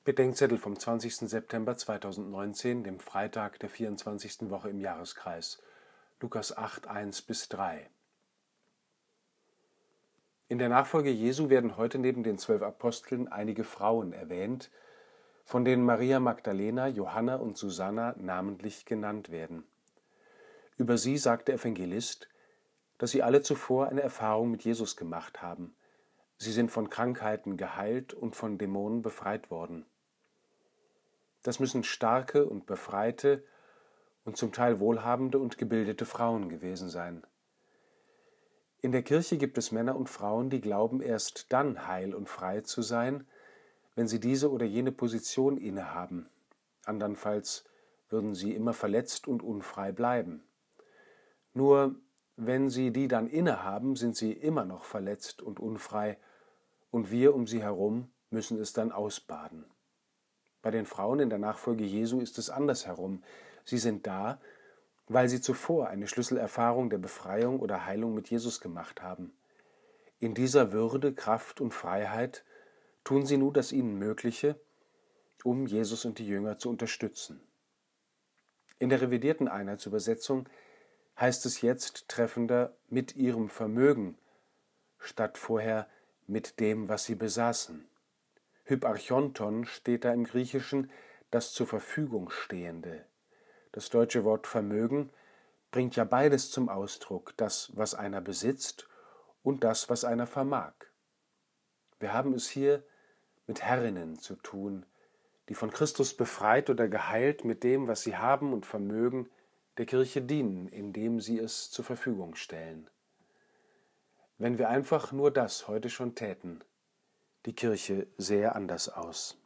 Bedenkzettel vom 20. September 2019, dem Freitag der 24. Woche im Jahreskreis. Lukas 8, 1-3. In der Nachfolge Jesu werden heute neben den 12 Aposteln einige Frauen erwähnt, von denen Maria Magdalena, Johanna und Susanna namentlich genannt werden. Über sie sagt der Evangelist, dass sie alle zuvor eine Erfahrung mit Jesus gemacht haben. Sie sind von Krankheiten geheilt und von Dämonen befreit worden. Das müssen starke und befreite und zum Teil wohlhabende und gebildete Frauen gewesen sein. In der Kirche gibt es Männer und Frauen, die glauben, erst dann heil und frei zu sein, wenn sie diese oder jene Position innehaben. Andernfalls würden sie immer verletzt und unfrei bleiben. Nur wenn sie die dann innehaben, sind sie immer noch verletzt und unfrei, und wir um sie herum müssen es dann ausbaden. Bei den Frauen in der Nachfolge Jesu ist es andersherum. Sie sind da, weil sie zuvor eine Schlüsselerfahrung der Befreiung oder Heilung mit Jesus gemacht haben. In dieser Würde, Kraft und Freiheit tun sie nun das ihnen Mögliche, um Jesus und die Jünger zu unterstützen. In der revidierten Einheitsübersetzung heißt es jetzt treffender mit ihrem Vermögen, statt vorher mit dem, was sie besaßen. Hyparchonton steht da im Griechischen das zur Verfügung Stehende. Das deutsche Wort Vermögen bringt ja beides zum Ausdruck, das, was einer besitzt und das, was einer vermag. Wir haben es hier mit Herrinnen zu tun, die von Christus befreit oder geheilt mit dem, was sie haben und vermögen, der Kirche dienen, indem sie es zur Verfügung stellen. Wenn wir einfach nur das heute schon täten, die Kirche sähe anders aus.